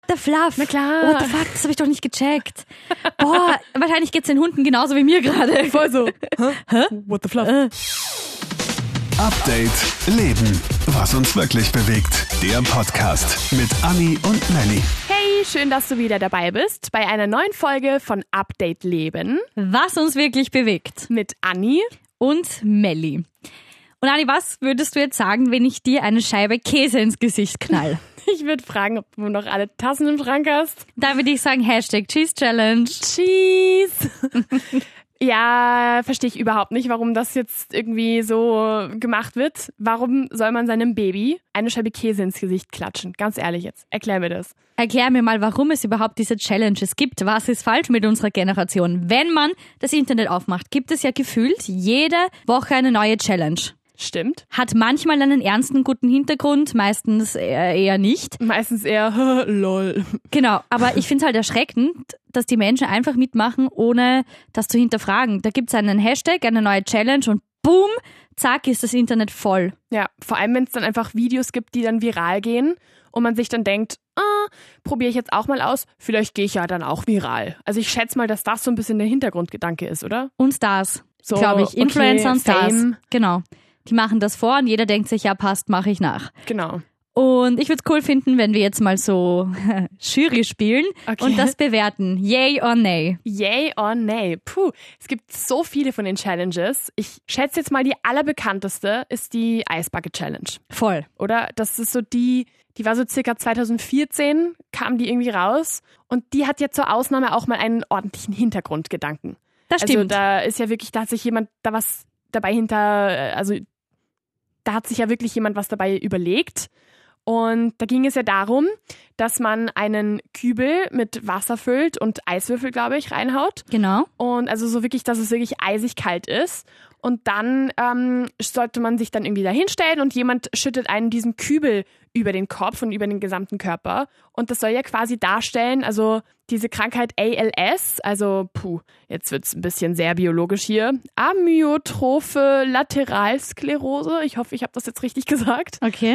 the fluff? Na klar. What the fuck, das habe ich doch nicht gecheckt. Boah, wahrscheinlich geht's den Hunden genauso wie mir gerade. Voll so. Hä? What the fluff? Update Leben. Was uns wirklich bewegt. Der Podcast mit Anni und Melli. Hey, schön, dass du wieder dabei bist bei einer neuen Folge von Update Leben. Was uns wirklich bewegt. Mit Anni und Melli. Und Anni, was würdest du jetzt sagen, wenn ich dir eine Scheibe Käse ins Gesicht knall? Ich würde fragen, ob du noch alle Tassen im Schrank hast. Da würde ich sagen, Cheese Challenge. Cheese. Ja, verstehe ich überhaupt nicht, warum das jetzt irgendwie so gemacht wird. Warum soll man seinem Baby eine Scheibe Käse ins Gesicht klatschen? Ganz ehrlich jetzt, erklär mir das. Erklär mir mal, warum es überhaupt diese Challenges gibt. Was ist falsch mit unserer Generation? Wenn man das Internet aufmacht, gibt es ja gefühlt jede Woche eine neue Challenge. Stimmt. Hat manchmal einen ernsten, guten Hintergrund, meistens eher nicht. Meistens eher lol. Genau, aber ich finde es halt erschreckend, dass die Menschen einfach mitmachen, ohne das zu hinterfragen. Da gibt es einen Hashtag, eine neue Challenge und boom, zack, ist das Internet voll. Ja, vor allem, wenn es dann einfach Videos gibt, die dann viral gehen und man sich dann denkt, probiere ich jetzt auch mal aus, vielleicht gehe ich ja dann auch viral. Also ich schätze mal, dass das so ein bisschen der Hintergrundgedanke ist, oder? Und Stars, so, glaube ich. Influencer und Stars. Fame. Genau. Die machen das vor und jeder denkt sich, ja passt, mache ich nach. Genau. Und ich würde es cool finden, wenn wir jetzt mal so Jury spielen und das bewerten. Yay or nay? Yay or nay? Puh, es gibt so viele von den Challenges. Ich schätze jetzt mal, die allerbekannteste ist die Ice Bucket Challenge. Voll. Oder? Das ist so die war so circa 2014, kam die irgendwie raus. Und die hat ja zur Ausnahme auch mal einen ordentlichen Hintergrundgedanken. Das stimmt. Also da ist ja wirklich, da hat sich jemand da was dabei da hat sich ja wirklich jemand was dabei überlegt. Und da ging es ja darum, dass man einen Kübel mit Wasser füllt und Eiswürfel, glaube ich, reinhaut. Genau. Und also so wirklich, dass es wirklich eisig kalt ist. Und dann sollte man sich dann irgendwie da hinstellen und jemand schüttet einen diesen Kübel über den Kopf und über den gesamten Körper. Und das soll ja quasi darstellen, also diese Krankheit ALS, also jetzt wird's ein bisschen sehr biologisch hier, Amyotrophe Lateralsklerose. Ich hoffe, ich habe das jetzt richtig gesagt. Okay.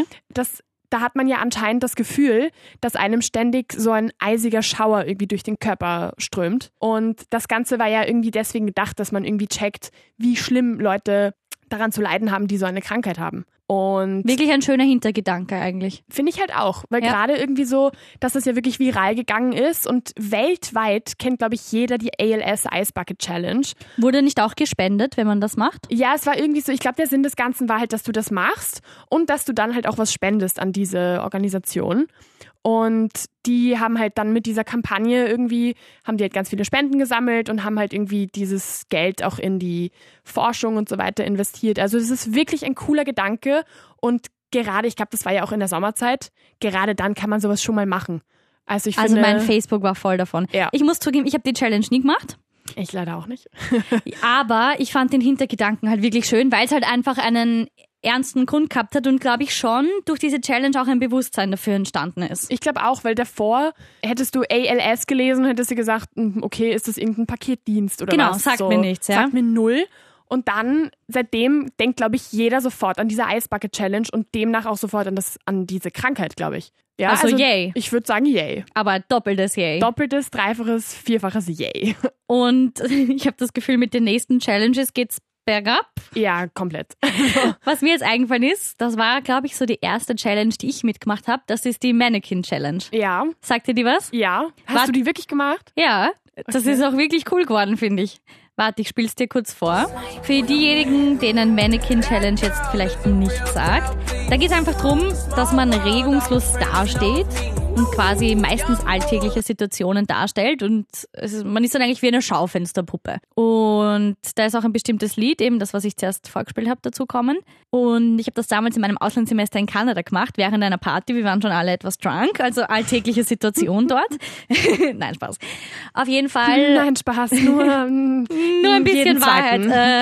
Da hat man ja anscheinend das Gefühl, dass einem ständig so ein eisiger Schauer irgendwie durch den Körper strömt. Und das Ganze war ja irgendwie deswegen gedacht, dass man irgendwie checkt, wie schlimm Leute daran zu leiden haben, die so eine Krankheit haben. Und wirklich ein schöner Hintergedanke eigentlich. Finde ich halt auch, weil gerade irgendwie so, dass es ja wirklich viral gegangen ist und weltweit kennt, glaube ich, jeder die ALS Ice Bucket Challenge. Wurde nicht auch gespendet, wenn man das macht? Ja, es war irgendwie so, ich glaube, der Sinn des Ganzen war halt, dass du das machst und dass du dann halt auch was spendest an diese Organisation. Und die haben halt dann mit dieser Kampagne haben die halt ganz viele Spenden gesammelt und haben halt irgendwie dieses Geld auch in die Forschung und so weiter investiert. Also es ist wirklich ein cooler Gedanke und gerade, ich glaube, das war ja auch in der Sommerzeit, gerade dann kann man sowas schon mal machen. Also finde, mein Facebook war voll davon. Ja. Ich muss zugeben, ich habe die Challenge nie gemacht. Ich leider auch nicht. Aber ich fand den Hintergedanken halt wirklich schön, weil es halt einfach einen ernsten Grund gehabt hat und glaube ich schon durch diese Challenge auch ein Bewusstsein dafür entstanden ist. Ich glaube auch, weil davor hättest du ALS gelesen und hättest du gesagt, okay, ist das irgendein Paketdienst oder was? Genau, sagt mir nichts. Ja? Sagt mir null. Und dann, seitdem denkt, glaube ich, jeder sofort an diese Ice Bucket Challenge und demnach auch sofort an diese Krankheit, glaube ich. Ja, also yay. Ich würde sagen yay. Aber doppeltes yay. Doppeltes, dreifaches, vierfaches yay. Und ich habe das Gefühl, mit den nächsten Challenges geht's bergab. Ja, komplett. Was mir jetzt eingefallen ist, das war, glaube ich, so die erste Challenge, die ich mitgemacht habe. Das ist die Mannequin Challenge. Ja. Sagt dir die was? Ja. Hast du die wirklich gemacht? Ja. Das ist auch wirklich cool geworden, finde ich. Warte, ich spiel's dir kurz vor. Für diejenigen, denen Mannequin Challenge jetzt vielleicht nichts sagt, da geht's einfach drum, dass man regungslos dasteht und quasi meistens alltägliche Situationen darstellt und man ist dann eigentlich wie eine Schaufensterpuppe. Und da ist auch ein bestimmtes Lied, eben das, was ich zuerst vorgespielt habe, dazu kommen. Und ich habe das damals in meinem Auslandssemester in Kanada gemacht, während einer Party. Wir waren schon alle etwas drunk, also alltägliche Situation dort. Nein, Spaß. Auf jeden Fall. Nein, Spaß, nur ein bisschen Wahrheit.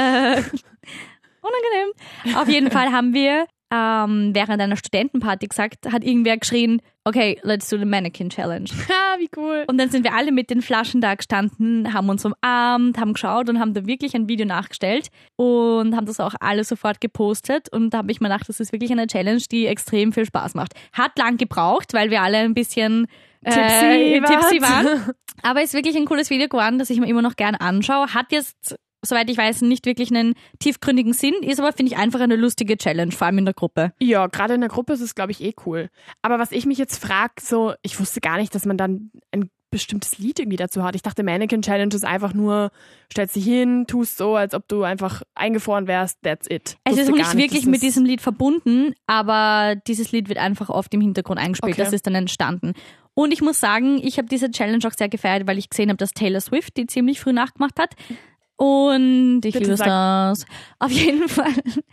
Unangenehm. Auf jeden Fall haben wir während einer Studentenparty gesagt, hat irgendwer geschrien, okay, let's do the Mannequin Challenge. Ha, wie cool. Und dann sind wir alle mit den Flaschen da gestanden, haben uns umarmt, haben geschaut und haben da wirklich ein Video nachgestellt und haben das auch alle sofort gepostet. Und da habe ich mir gedacht, das ist wirklich eine Challenge, die extrem viel Spaß macht. Hat lang gebraucht, weil wir alle ein bisschen Tipsy waren. Aber ist wirklich ein cooles Video geworden, das ich mir immer noch gern anschaue. Hat jetzt, soweit ich weiß, nicht wirklich einen tiefgründigen Sinn, ist aber, finde ich, einfach eine lustige Challenge, vor allem in der Gruppe. Ja, gerade in der Gruppe ist es, glaube ich, cool. Aber was ich mich jetzt frage, so, ich wusste gar nicht, dass man dann ein bestimmtes Lied irgendwie dazu hat. Ich dachte, Mannequin Challenge ist einfach nur, stellst dich hin, tust so, als ob du einfach eingefroren wärst, that's it. Es ist nicht wirklich mit diesem Lied verbunden, aber dieses Lied wird einfach oft im Hintergrund eingespielt. Okay. Das ist dann entstanden. Und ich muss sagen, ich habe diese Challenge auch sehr gefeiert, weil ich gesehen habe, dass Taylor Swift die ziemlich früh nachgemacht hat. Und ich liebe das. Auf jeden Fall.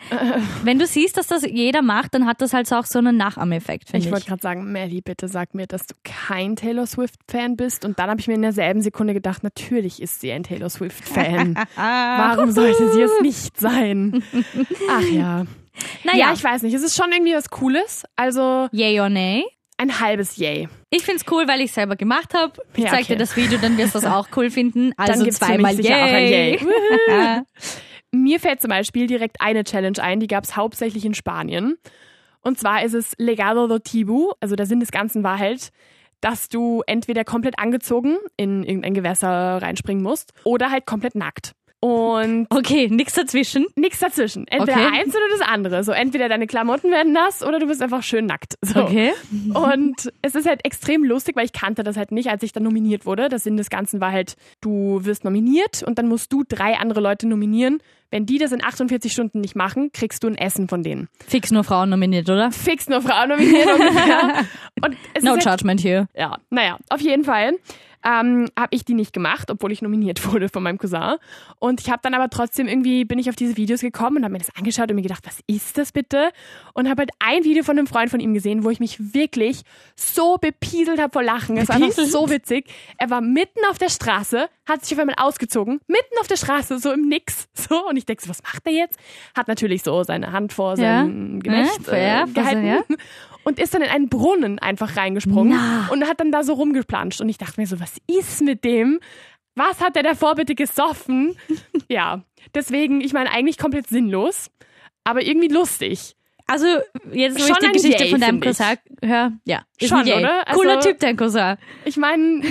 Wenn du siehst, dass das jeder macht, dann hat das halt auch so einen Nachahmeffekt, finde ich. Ich wollte gerade sagen, Melly, bitte sag mir, dass du kein Taylor Swift-Fan bist. Und dann habe ich mir in derselben Sekunde gedacht, natürlich ist sie ein Taylor Swift-Fan. Warum sollte sie es nicht sein? Ach ja. Naja, ja, ich weiß nicht. Es ist schon irgendwie was Cooles. Also Yay or nay? Ein halbes Yay. Ich find's cool, weil ich selber gemacht habe. Ich zeig dir das Video, dann wirst du das auch cool finden. Also dann zweimal Yay. Auch ein Yay. Mir fällt zum Beispiel direkt eine Challenge ein, die gab's hauptsächlich in Spanien. Und zwar ist es Legado do Tibu. Also der Sinn des Ganzen war halt, dass du entweder komplett angezogen in irgendein Gewässer reinspringen musst oder halt komplett nackt. Und okay, nichts dazwischen. Nichts dazwischen. Entweder eins oder das andere. So entweder deine Klamotten werden nass oder du bist einfach schön nackt. So. Okay. Und es ist halt extrem lustig, weil ich kannte das halt nicht, als ich dann nominiert wurde. Der Sinn des Ganzen war halt, du wirst nominiert und dann musst du 3 andere Leute nominieren. Wenn die das in 48 Stunden nicht machen, kriegst du ein Essen von denen. Fix nur Frauen nominiert, oder? Fix nur Frauen nominiert ungefähr. Und es no ist judgment here. Ja, naja, auf jeden Fall. Habe ich die nicht gemacht, obwohl ich nominiert wurde von meinem Cousin. Und ich habe dann aber trotzdem irgendwie, bin ich auf diese Videos gekommen und habe mir das angeschaut und mir gedacht, was ist das bitte? Und habe halt ein Video von einem Freund von ihm gesehen, wo ich mich wirklich so bepieselt habe vor Lachen. Es war einfach so witzig. Er war mitten auf der Straße, hat sich auf einmal ausgezogen, mitten auf der Straße, so im Nix. So, und ich denke so, was macht er jetzt? Hat natürlich so seine Hand vor sein Gemächt gehalten. Ja. Und ist dann in einen Brunnen einfach reingesprungen und hat dann da so rumgeplanscht. Und ich dachte mir so, was ist mit dem? Was hat der davor bitte gesoffen? Ja, deswegen, ich meine, eigentlich komplett sinnlos, aber irgendwie lustig. Also, jetzt, wo ich die Geschichte von deinem Cousin höre, ja. Schon, oder? Also, cooler Typ, dein Cousin. Ich meine...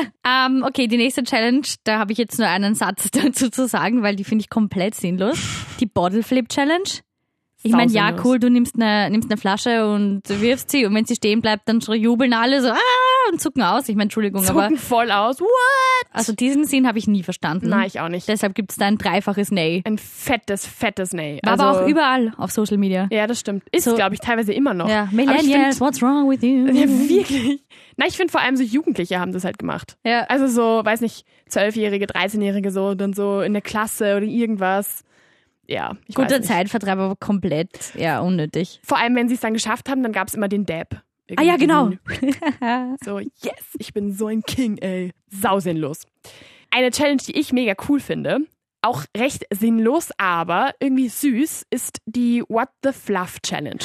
okay, die nächste Challenge, da habe ich jetzt nur einen Satz dazu zu sagen, weil die finde ich komplett sinnlos. Die Bottle Flip Challenge. Ich meine, ja, cool, du nimmst eine Flasche und wirfst sie und wenn sie stehen bleibt, dann jubeln alle so und zucken aus. Ich meine, Entschuldigung, aber... Zucken voll aus, what? Also diesen Sinn habe ich nie verstanden. Nein, ich auch nicht. Deshalb gibt es da ein 3-faches Nay. Ein fettes Nay. War aber auch überall auf Social Media. Ja, das stimmt. Ist, so, glaube ich, teilweise immer noch. Ja, Millennials, what's wrong with you? Ja, wirklich. Na, ich finde vor allem so Jugendliche haben das halt gemacht. Ja. Also so, weiß nicht, 12-Jährige, 13-Jährige so, dann so in der Klasse oder irgendwas. Ja, ich guter weiß nicht. Zeitvertreib, aber komplett, unnötig. Vor allem, wenn sie es dann geschafft haben, dann gab es immer den Dab. Ah ja, genau. So, yes, ich bin so ein King, ey. Sausinnlos. Eine Challenge, die ich mega cool finde, auch recht sinnlos, aber irgendwie süß, ist die What the Fluff Challenge.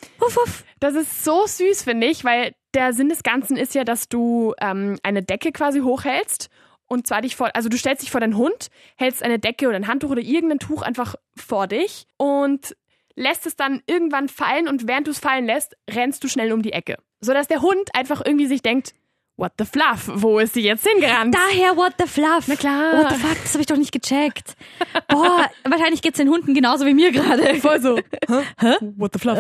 Das ist so süß, finde ich, weil der Sinn des Ganzen ist ja, dass du eine Decke quasi hochhältst. Und zwar du stellst dich vor deinen Hund, hältst eine Decke oder ein Handtuch oder irgendein Tuch einfach vor dich und lässt es dann irgendwann fallen und während du es fallen lässt, rennst du schnell um die Ecke. Sodass der Hund einfach irgendwie sich denkt, what the fluff, wo ist sie jetzt hingerannt? Daher what the fluff. Na klar. What the fuck, das habe ich doch nicht gecheckt. Boah, wahrscheinlich geht's den Hunden genauso wie mir gerade. Voll so. Hä? What the fluff?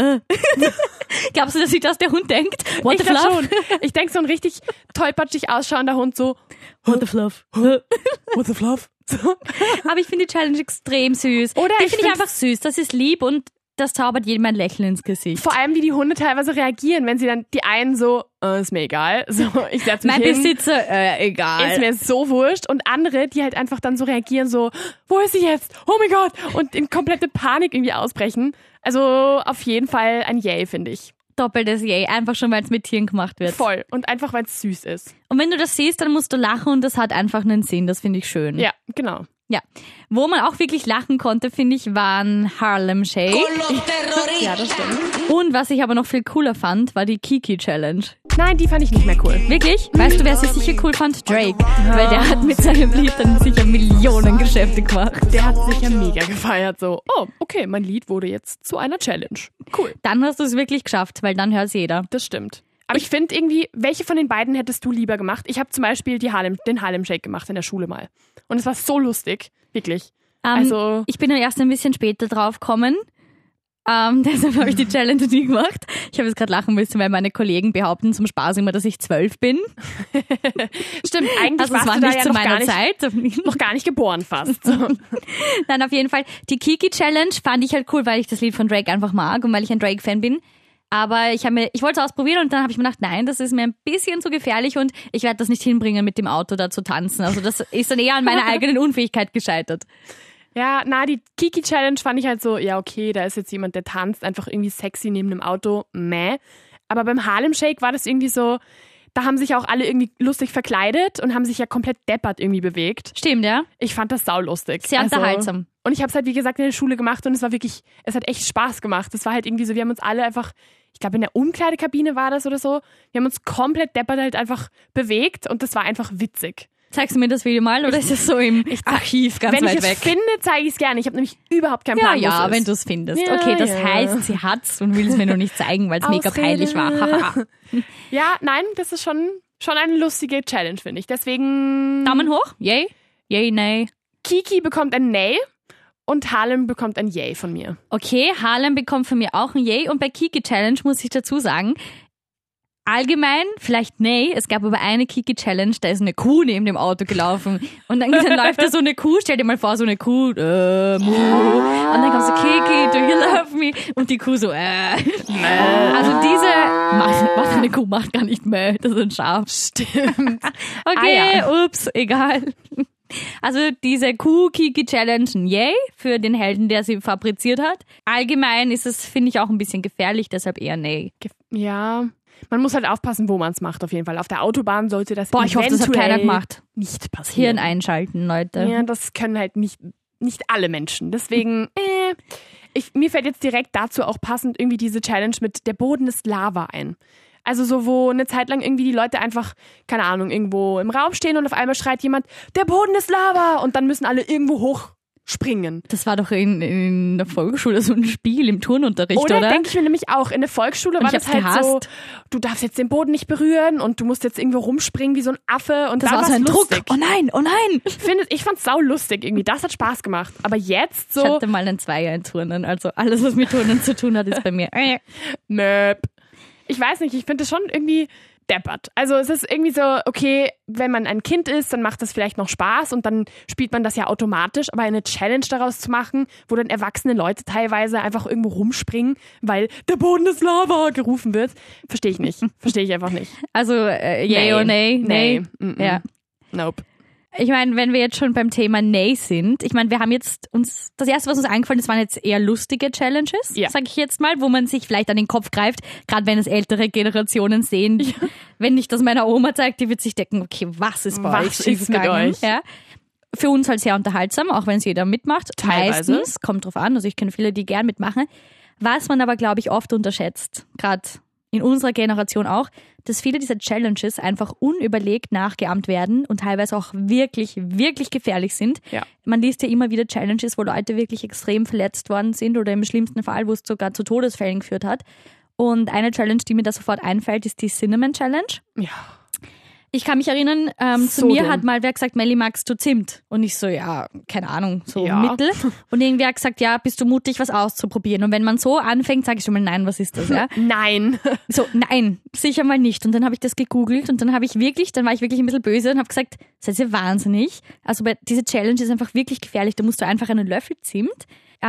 Glaubst du, dass sich das der Hund denkt? What the fluff? Schon. Ich denke, so ein richtig tollpatschig ausschauender Hund so, what the fluff? What the fluff? So. Aber ich finde die Challenge extrem süß. Oder die finde ich einfach süß. Das ist lieb und das zaubert jedem ein Lächeln ins Gesicht. Vor allem, wie die Hunde teilweise reagieren, wenn sie dann die einen so, ist mir egal, so, ich setz mich hin. Mein Besitzer, egal. Ist mir so wurscht. Und andere, die halt einfach dann so reagieren, so, wo ist sie jetzt? Oh mein Gott! Und in komplette Panik irgendwie ausbrechen. Also auf jeden Fall ein Yay, finde ich. Doppeltes Yay, einfach schon, weil es mit Tieren gemacht wird. Voll. Und einfach, weil es süß ist. Und wenn du das siehst, dann musst du lachen und das hat einfach einen Sinn. Das finde ich schön. Ja, genau. Ja, wo man auch wirklich lachen konnte, finde ich, waren Harlem Shake. Ja, das stimmt. Und was ich aber noch viel cooler fand, war die Kiki Challenge. Nein, die fand ich nicht mehr cool. Wirklich? Weißt du, wer sie sicher cool fand? Drake. Weil der hat mit seinem Lied dann sicher Millionen Geschäfte gemacht. Der hat sicher mega gefeiert. So, oh, okay, mein Lied wurde jetzt zu einer Challenge. Cool. Dann hast du es wirklich geschafft, weil dann hört es jeder. Das stimmt. Aber ich finde irgendwie, welche von den beiden hättest du lieber gemacht? Ich habe zum Beispiel den Harlem Shake gemacht in der Schule mal. Und es war so lustig, wirklich. Ich bin ja erst ein bisschen später drauf gekommen. Deshalb habe ich die Challenge nie gemacht. Ich habe jetzt gerade lachen müssen, weil meine Kollegen behaupten zum Spaß immer, dass ich 12 bin. Stimmt, eigentlich also es warst war du da nicht ja zu meiner Zeit. noch gar nicht geboren fast. So. Nein, auf jeden Fall. Die Kiki-Challenge fand ich halt cool, weil ich das Lied von Drake einfach mag und weil ich ein Drake-Fan bin. Aber ich wollte es ausprobieren und dann habe ich mir gedacht, nein, das ist mir ein bisschen zu gefährlich und ich werde das nicht hinbringen, mit dem Auto da zu tanzen. Also das ist dann eher an meiner eigenen Unfähigkeit gescheitert. Ja, die Kiki-Challenge fand ich halt so, ja okay, da ist jetzt jemand, der tanzt, einfach irgendwie sexy neben dem Auto, meh. Aber beim Harlem Shake war das irgendwie so, da haben sich auch alle irgendwie lustig verkleidet und haben sich ja komplett deppert irgendwie bewegt. Stimmt, ja. Ich fand das saulustig. Sehr unterhaltsam. Und ich habe es halt, wie gesagt, in der Schule gemacht und es hat echt Spaß gemacht. Es war halt irgendwie so, wir haben uns alle einfach, ich glaube in der Umkleidekabine war das oder so, wir haben uns komplett deppert halt einfach bewegt und das war einfach witzig. Zeigst du mir das Video mal oder ist es so im Archiv ganz weit weg? Wenn ich es finde, zeige ich es gerne. Ich habe nämlich überhaupt keinen Plan, Ja, wenn du es findest. Ja, okay, das heißt, sie hat's und will es mir nur nicht zeigen, weil es mega peinlich war. Ja, nein, das ist schon eine lustige Challenge, finde ich. Deswegen... Daumen hoch? Yay? Yay, nay? Kiki bekommt ein Nay und Harlem bekommt ein Yay von mir. Okay, Harlem bekommt von mir auch ein Yay und bei Kiki Challenge muss ich dazu sagen, allgemein, vielleicht nee, es gab aber eine Kiki-Challenge, da ist eine Kuh neben dem Auto gelaufen und dann läuft da so eine Kuh, stell dir mal vor, so eine Kuh, Mu. Und dann kommt so, Kiki, do you love me? Und die Kuh so, Also diese, eine Kuh macht gar nicht mehr, das ist ein Schaf. Stimmt. Okay, ups, egal. Also diese Kuh-Kiki-Challenge, yay, für den Helden, der sie fabriziert hat. Allgemein ist es, finde ich, auch ein bisschen gefährlich, deshalb eher nee. Ja, man muss halt aufpassen, wo man es macht, auf jeden Fall. Auf der Autobahn sollte das ich hoffe, das hat keiner gemacht. Nicht passieren. Hirn einschalten, Leute. Ja, das können halt nicht alle Menschen. Deswegen, mir fällt jetzt direkt dazu auch passend irgendwie diese Challenge mit der Boden ist Lava ein. Also so, wo eine Zeit lang irgendwie die Leute einfach, keine Ahnung, irgendwo im Raum stehen und auf einmal schreit jemand, der Boden ist Lava und dann müssen alle irgendwo hochspringen. Das war doch in der Volksschule so ein Spiel im Turnunterricht, oder? Denke ich mir nämlich auch. In der Volksschule war das halt so, du darfst jetzt den Boden nicht berühren und du musst jetzt irgendwo rumspringen wie so ein Affe. Und das war so ein Druck. Oh nein, oh nein. Ich fand's sau lustig irgendwie. Das hat Spaß gemacht. Aber jetzt so... Ich hatte mal einen Zweier in Turnen. Also alles, was mit Turnen zu tun hat, ist bei mir. Nöp. Ich weiß nicht, ich finde das schon irgendwie deppert. Also es ist irgendwie so, okay, wenn man ein Kind ist, dann macht das vielleicht noch Spaß und dann spielt man das ja automatisch, aber eine Challenge daraus zu machen, wo dann erwachsene Leute teilweise einfach irgendwo rumspringen, weil der Boden ist Lava gerufen wird, verstehe ich nicht. Verstehe ich einfach nicht. Also yay or nay? Nee. Ja. Nope. Ich meine, wenn wir jetzt schon beim Thema Nay sind, ich meine, wir haben jetzt das erste, was uns eingefallen ist, waren jetzt eher lustige Challenges, sag ich jetzt mal, wo man sich vielleicht an den Kopf greift, gerade wenn es ältere Generationen sehen. Ja. Wenn ich das meiner Oma zeigt, die wird sich denken, okay, was ist bei euch schiefgegangen? Ja. Für uns halt sehr unterhaltsam, auch wenn es jeder mitmacht. Teilweise. Meistens, kommt drauf an, also ich kenne viele, die gern mitmachen. Was man aber, glaube ich, oft unterschätzt, gerade in unserer Generation auch, dass viele dieser Challenges einfach unüberlegt nachgeahmt werden und teilweise auch wirklich, wirklich gefährlich sind. Ja. Man liest ja immer wieder Challenges, wo Leute wirklich extrem verletzt worden sind oder im schlimmsten Fall, wo es sogar zu Todesfällen geführt hat. Und eine Challenge, die mir da sofort einfällt, ist die Cinnamon Challenge. Ja. Ich kann mich erinnern, zu mir hat mal wer gesagt, Melli, magst du Zimt? Und ich so, ja, keine Ahnung, so mittel. Und irgendwer hat gesagt, ja, bist du mutig, was auszuprobieren? Und wenn man so anfängt, sage ich schon mal, nein, was ist das? Ja? Nein. So, nein, sicher mal nicht. Und dann habe ich das gegoogelt und dann war ich wirklich ein bisschen böse und habe gesagt, seid ihr wahnsinnig? Also diese Challenge ist einfach wirklich gefährlich. Da musst du einfach einen Löffel Zimt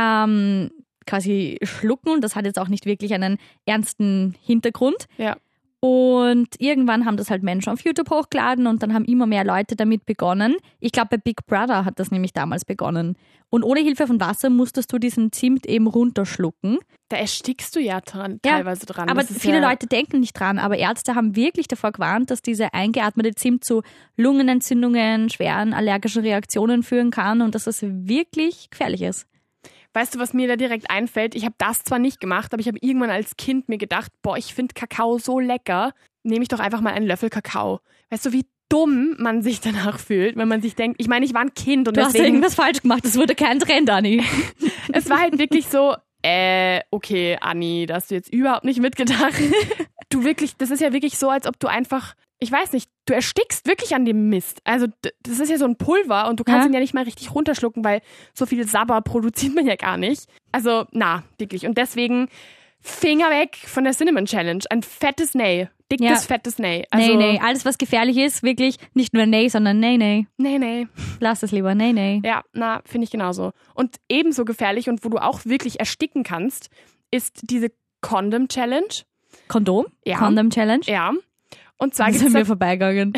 quasi schlucken und das hat jetzt auch nicht wirklich einen ernsten Hintergrund. Ja. Und irgendwann haben das halt Menschen auf YouTube hochgeladen und dann haben immer mehr Leute damit begonnen. Ich glaube, bei Big Brother hat das nämlich damals begonnen. Und ohne Hilfe von Wasser musstest du diesen Zimt eben runterschlucken. Da erstickst du ja teilweise dran. Aber viele Leute denken nicht dran. Aber Ärzte haben wirklich davor gewarnt, dass diese eingeatmete Zimt zu Lungenentzündungen, schweren allergischen Reaktionen führen kann und dass das wirklich gefährlich ist. Weißt du, was mir da direkt einfällt? Ich habe das zwar nicht gemacht, aber ich habe irgendwann als Kind mir gedacht, ich finde Kakao so lecker, nehme ich doch einfach mal einen Löffel Kakao. Weißt du, wie dumm man sich danach fühlt, wenn man sich denkt, ich meine, ich war ein Kind und deswegen... Du hast irgendwas falsch gemacht, das wurde kein Trend, Anni. Es war halt wirklich so, okay, Anni, da hast du jetzt überhaupt nicht mitgedacht. das ist ja wirklich so, als ob du einfach, ich weiß nicht, du erstickst wirklich an dem Mist. Also das ist ja so ein Pulver und du kannst ihn ja nicht mal richtig runterschlucken, weil so viel Sabber produziert man ja gar nicht. Also, wirklich. Und deswegen Finger weg von der Cinnamon Challenge. Ein fettes Nee. Dickes, fettes Nee. Also, nee. Alles, was gefährlich ist, wirklich nicht nur Nee, sondern Nee. Nee. Lass es lieber, Nee. Ja, finde ich genauso. Und ebenso gefährlich und wo du auch wirklich ersticken kannst, ist diese Condom Challenge. Kondom? Ja. Condom Challenge? Ja. Und zwar sind wir vorbeigegangen.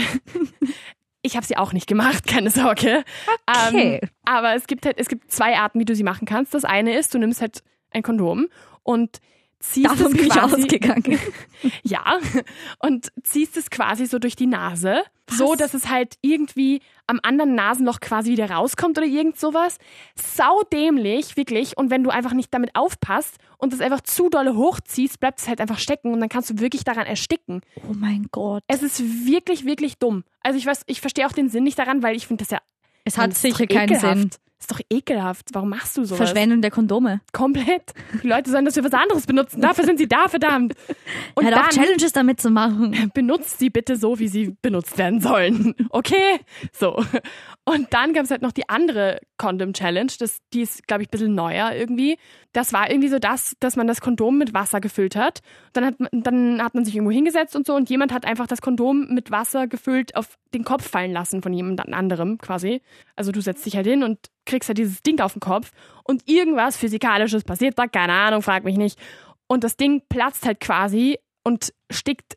Ich habe sie auch nicht gemacht, keine Sorge. Okay. Aber es gibt 2 Arten, wie du sie machen kannst. Das eine ist, du nimmst halt ein Kondom und ziehst Davon bin ich ausgegangen. Ja, und ziehst es quasi so durch die Nase, so dass es halt irgendwie am anderen Nasenloch quasi wieder rauskommt oder irgend sowas. Saudämlich, wirklich. Und wenn du einfach nicht damit aufpasst und es einfach zu dolle hochziehst, bleibt es halt einfach stecken und dann kannst du wirklich daran ersticken. Oh mein Gott. Es ist wirklich, wirklich dumm. Also ich verstehe auch den Sinn nicht daran, weil ich finde das ja... Es hat sicher keinen Sinn. Ist doch ekelhaft. Warum machst du sowas? Verschwendung der Kondome. Komplett. Die Leute sollen das für was anderes benutzen. Dafür sind sie da, verdammt. Und dann auch Challenges damit zu machen. Benutzt sie bitte so, wie sie benutzt werden sollen. Okay? So. Und dann gab es halt noch die andere Condom Challenge. Die ist, glaube ich, ein bisschen neuer irgendwie. Das war irgendwie so dass man das Kondom mit Wasser gefüllt hat. Dann hat man sich irgendwo hingesetzt und so und jemand hat einfach das Kondom mit Wasser gefüllt auf den Kopf fallen lassen von jemand anderem quasi. Also du setzt dich halt hin und kriegst halt dieses Ding auf den Kopf und irgendwas Physikalisches passiert da, keine Ahnung, frag mich nicht. Und das Ding platzt halt quasi und steckt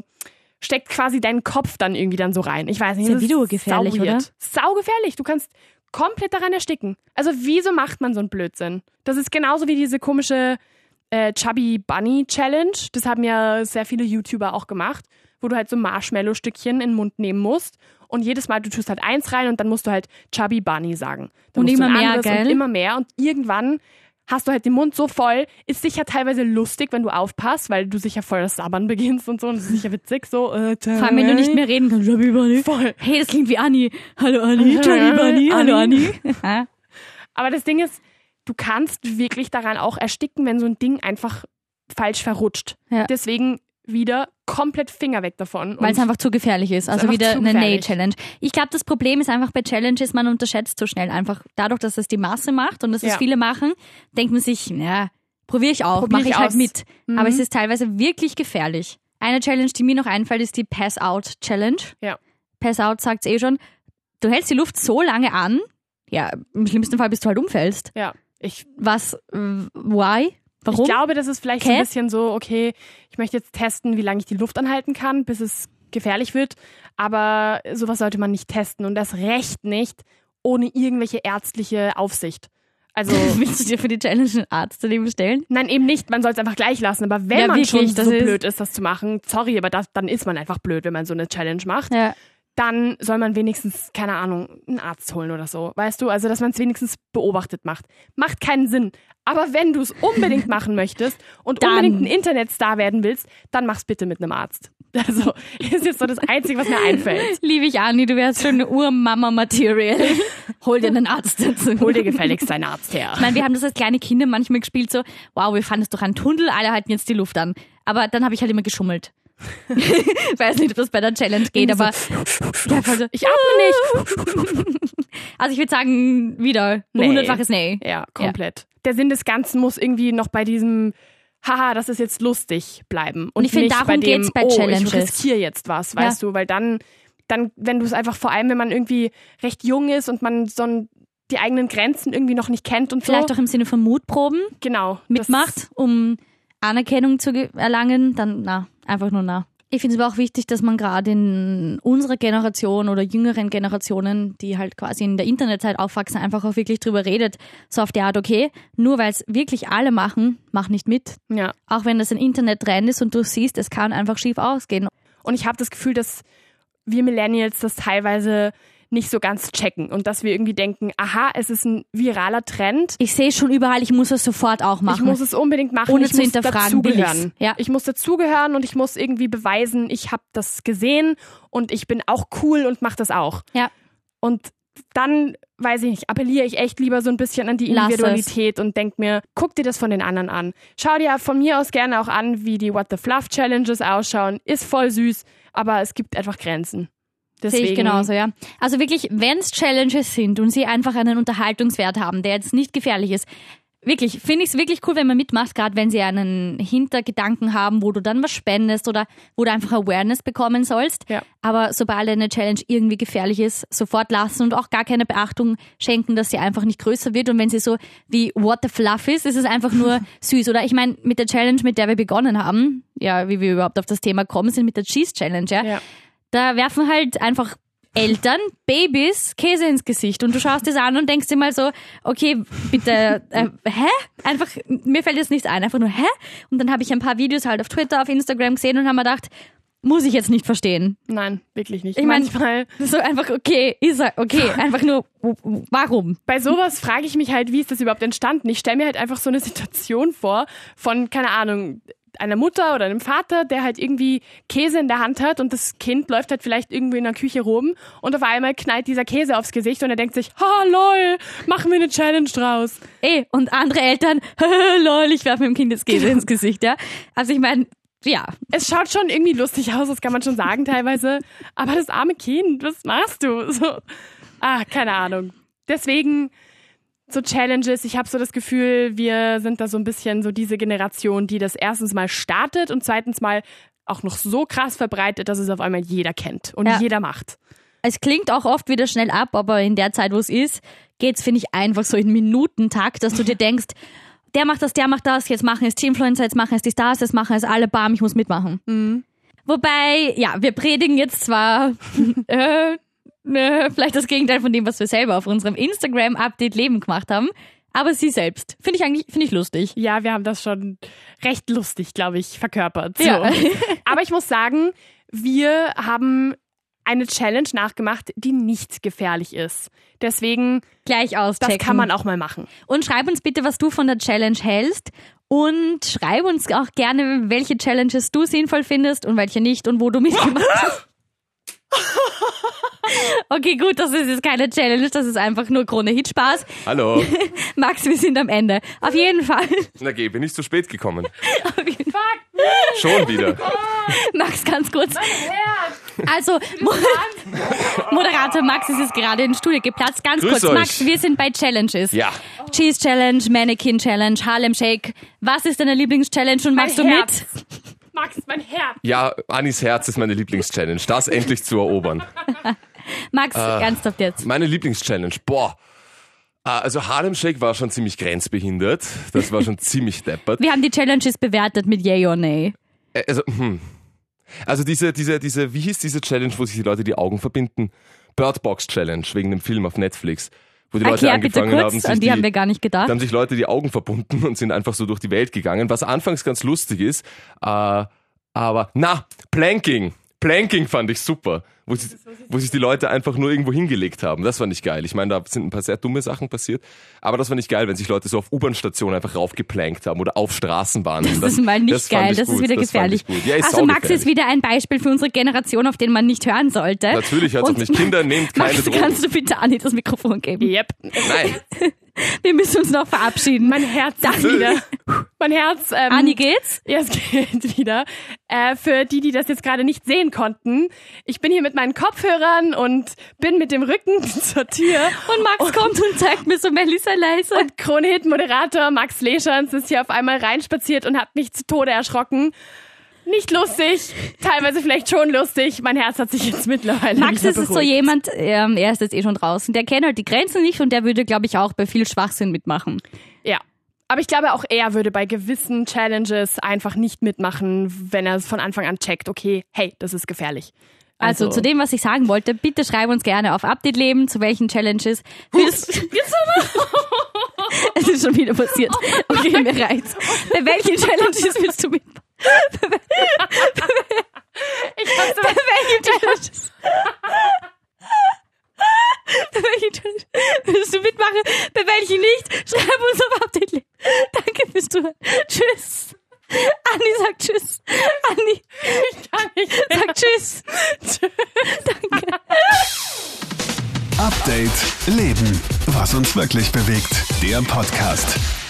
quasi deinen Kopf dann irgendwie dann so rein. Ich weiß nicht. Das ist ja videogefährlich, oder? Saugefährlich. Du kannst komplett daran ersticken. Also wieso macht man so einen Blödsinn? Das ist genauso wie diese komische Chubby Bunny Challenge. Das haben ja sehr viele YouTuber auch gemacht, wo du halt so Marshmallow-Stückchen in den Mund nehmen musst und jedes Mal, du tust halt eins rein und dann musst du halt Chubby Bunny sagen. Dann und immer mehr, gell? Und immer mehr und irgendwann hast du halt den Mund so voll, ist sicher teilweise lustig, wenn du aufpasst, weil du sicher voll das Sabbern beginnst und so und das ist sicher witzig, so. Vor allem, wenn du nicht mehr reden kannst. Chubby Bunny. Voll. Hey, das klingt wie Anni. Hallo Anni, Chubby Bunny, hallo Anni. Aber das Ding ist, du kannst wirklich daran auch ersticken, wenn so ein Ding einfach falsch verrutscht. Ja. Deswegen wieder komplett Finger weg davon. Weil es einfach zu gefährlich ist. Also wieder eine Nee-Challenge. Ich glaube, das Problem ist einfach bei Challenges, man unterschätzt so schnell einfach. Dadurch, dass es die Masse macht und dass es viele machen, denkt man sich, ja, probiere ich auch, mache ich halt mit. Aber es ist teilweise wirklich gefährlich. Eine Challenge, die mir noch einfällt, ist die Pass-Out-Challenge. Ja. Pass-Out sagt es schon. Du hältst die Luft so lange an, ja, im schlimmsten Fall, bis du halt umfällst. Ja. Why? Warum? Ich glaube, das ist vielleicht so ein bisschen so, okay, ich möchte jetzt testen, wie lange ich die Luft anhalten kann, bis es gefährlich wird. Aber sowas sollte man nicht testen und das recht nicht ohne irgendwelche ärztliche Aufsicht. Also willst du dir für die Challenge einen Arzt daneben stellen? Nein, eben nicht. Man soll es einfach gleich lassen. Aber wenn man schon so blöd ist, das zu machen, sorry, aber dann ist man einfach blöd, wenn man so eine Challenge macht. Ja. Dann soll man wenigstens, keine Ahnung, einen Arzt holen oder so. Weißt du, also dass man es wenigstens beobachtet macht. Macht keinen Sinn. Aber wenn du es unbedingt machen möchtest und unbedingt ein Internetstar werden willst, dann mach's bitte mit einem Arzt. Also ist jetzt so das Einzige, was mir einfällt. Liebe ich, Anni, du wärst schon Urmama-Material. Hol dir einen Arzt dazu. Hol dir gefälligst einen Arzt her. Ich meine, wir haben das als kleine Kinder manchmal gespielt, so, wow, wir fanden es doch ein Tunnel, alle halten jetzt die Luft an. Aber dann habe ich halt immer geschummelt. Weiß nicht, ob das bei der Challenge geht, aber also, ich atme nicht. Also ich würde sagen, wieder 100-faches Nee. Ja, komplett. Ja. Der Sinn des Ganzen muss irgendwie noch bei diesem haha, das ist jetzt lustig bleiben. Und ich finde, darum geht's bei Challenges. Ich riskiere jetzt was, weißt du, weil dann, wenn du es einfach, vor allem wenn man irgendwie recht jung ist und man so die eigenen Grenzen irgendwie noch nicht kennt und vielleicht auch im Sinne von Mutproben mitmacht, um Anerkennung zu erlangen, dann einfach nur Ich finde es aber auch wichtig, dass man gerade in unserer Generation oder jüngeren Generationen, die halt quasi in der Internetzeit aufwachsen, einfach auch wirklich drüber redet. So auf die Art, okay, nur weil es wirklich alle machen, mach nicht mit. Ja. Auch wenn das ein Internet-Trend ist und du siehst, es kann einfach schief ausgehen. Und ich habe das Gefühl, dass wir Millennials das teilweise nicht so ganz checken und dass wir irgendwie denken, aha, es ist ein viraler Trend. Ich sehe schon überall, ich muss es sofort auch machen. Ich muss es unbedingt machen, ohne zu hinterfragen, dazugehören. Ja. Ich muss dazugehören und ich muss irgendwie beweisen, ich habe das gesehen und ich bin auch cool und mache das auch. Ja. Und dann, weiß ich nicht, appelliere ich echt lieber so ein bisschen an die Individualität und denke mir, guck dir das von den anderen an. Schau dir von mir aus gerne auch an, wie die What the Fluff Challenges ausschauen. Ist voll süß, aber es gibt einfach Grenzen. Deswegen. Sehe ich genauso, ja. Also wirklich, wenn es Challenges sind und sie einfach einen Unterhaltungswert haben, der jetzt nicht gefährlich ist, wirklich, finde ich es wirklich cool, wenn man mitmacht, gerade wenn sie einen Hintergedanken haben, wo du dann was spendest oder wo du einfach Awareness bekommen sollst. Ja. Aber sobald eine Challenge irgendwie gefährlich ist, sofort lassen und auch gar keine Beachtung schenken, dass sie einfach nicht größer wird. Und wenn sie so wie What the Fluff ist es einfach nur süß. Oder ich meine, mit der Challenge, mit der wir begonnen haben, ja, wie wir überhaupt auf das Thema kommen, sind mit der Cheese Challenge, ja. Da werfen halt einfach Eltern, Babys, Käse ins Gesicht und du schaust das an und denkst dir mal so, okay, bitte, hä? Einfach, mir fällt jetzt nichts ein, einfach nur, hä? Und dann habe ich ein paar Videos halt auf Twitter, auf Instagram gesehen und habe mir gedacht, muss ich jetzt nicht verstehen. Nein, wirklich nicht. Ich meine, so einfach, okay, einfach nur, warum? Bei sowas frage ich mich halt, wie ist das überhaupt entstanden? Ich stelle mir halt einfach so eine Situation vor von, keine Ahnung, einer Mutter oder einem Vater, der halt irgendwie Käse in der Hand hat und das Kind läuft halt vielleicht irgendwo in der Küche rum und auf einmal knallt dieser Käse aufs Gesicht und er denkt sich, lol, machen wir eine Challenge draus. Und andere Eltern, lol, ich werfe dem Kind das Käse ins Gesicht, ja. Also ich meine, ja. Es schaut schon irgendwie lustig aus, das kann man schon sagen teilweise, aber das arme Kind, was machst du? So, keine Ahnung. Deswegen so Challenges, ich habe so das Gefühl, wir sind da so ein bisschen so diese Generation, die das erstens mal startet und zweitens mal auch noch so krass verbreitet, dass es auf einmal jeder kennt und jeder macht. Es klingt auch oft wieder schnell ab, aber in der Zeit, wo es ist, geht's, finde ich, einfach so in Minutentakt, dass du dir denkst, der macht das, jetzt machen es Teamfluencer, jetzt machen es die Stars, jetzt machen es alle, bam, ich muss mitmachen. Mhm. Wobei, ja, wir predigen jetzt zwar vielleicht das Gegenteil von dem, was wir selber auf unserem Instagram-Update-Leben gemacht haben. Aber sie selbst. Finde ich lustig. Ja, wir haben das schon recht lustig, glaube ich, verkörpert. So. Ja. Aber ich muss sagen, wir haben eine Challenge nachgemacht, die nicht gefährlich ist. Deswegen gleich auschecken. Das kann man auch mal machen. Und schreib uns bitte, was du von der Challenge hältst. Und schreib uns auch gerne, welche Challenges du sinnvoll findest und welche nicht und wo du mitgemacht hast. Okay, gut, das ist jetzt keine Challenge, das ist einfach nur Krone-Hit-Spaß. Hallo. Max, wir sind am Ende. Auf jeden Fall. Na geh, bin ich zu spät gekommen. Auf jeden Fall. Schon wieder. Max, ganz kurz. Also, Moderator Max ist jetzt gerade ins Studio geplatzt. Ganz Grüß kurz, euch. Max, wir sind bei Challenges. Ja. Cheese Challenge, Mannequin Challenge, Harlem Shake. Was ist deine Lieblings-Challenge und machst du mit? Max, mein Herz. Ja, Annis Herz ist meine Lieblings-Challenge. Das endlich zu erobern. Max, ernsthaft jetzt. Meine Lieblings-Challenge. Also Harlem Shake war schon ziemlich grenzbehindert. Das war schon ziemlich deppert. Wir haben die Challenges bewertet mit Yay or Nay. Also diese, wie hieß diese Challenge, wo sich die Leute die Augen verbinden? Bird Box Challenge, wegen dem Film auf Netflix. Wo die Leute angefangen bitte kurz, haben, an die haben wir gar nicht gedacht. Da haben sich Leute die Augen verbunden und sind einfach so durch die Welt gegangen, was anfangs ganz lustig ist. Aber Planking. Planking fand ich super. Wo sich die Leute einfach nur irgendwo hingelegt haben. Das fand ich geil. Ich meine, da sind ein paar sehr dumme Sachen passiert. Aber das fand ich geil, wenn sich Leute so auf U-Bahn-Stationen einfach raufgeplankt haben oder auf Straßenbahnen. Das ist mal nicht geil, das ist wieder gefährlich. Ja, also Max ist wieder ein Beispiel für unsere Generation, auf den man nicht hören sollte. Natürlich hört es auf mich. Kinder, nehmt keine Max, Drogen. kannst du bitte Anni das Mikrofon geben? Yep. Nein. Wir müssen uns noch verabschieden. Mein Herz ist wieder. Mein Herz. Anni, geht's? Ja, es geht wieder. Für die das jetzt gerade nicht sehen konnten, ich bin hier mit meinen Kopfhörern und bin mit dem Rücken zur Tür. Und Max kommt und zeigt mir so Melissa leise. Und Krone-Hit-Moderator Max Leschanz ist hier auf einmal reinspaziert und hat mich zu Tode erschrocken. Nicht lustig, teilweise vielleicht schon lustig. Mein Herz hat sich jetzt mittlerweile Max ist beruhigt. so jemand, er ist jetzt schon draußen, der kennt halt die Grenzen nicht und der würde, glaube ich, auch bei viel Schwachsinn mitmachen. Ja, aber ich glaube auch er würde bei gewissen Challenges einfach nicht mitmachen, wenn er es von Anfang an checkt, okay, hey, das ist gefährlich. Also zu dem, was ich sagen wollte, bitte schreib uns gerne auf Update Leben, zu welchen Challenges. Es ist schon wieder passiert. Okay, mir reicht's. Bei welchen Challenges willst du mitmachen? Bei welchen Challenges willst du mitmachen? Bei welchen nicht? Schreib uns auf Update Leben. Danke fürs Zuhören. Tschüss. Anni sagt Tschüss. Anni. Ich kann nicht. Sag Tschüss. Tschüss. Danke. Update Update Leben. Was uns wirklich bewegt. Der Podcast.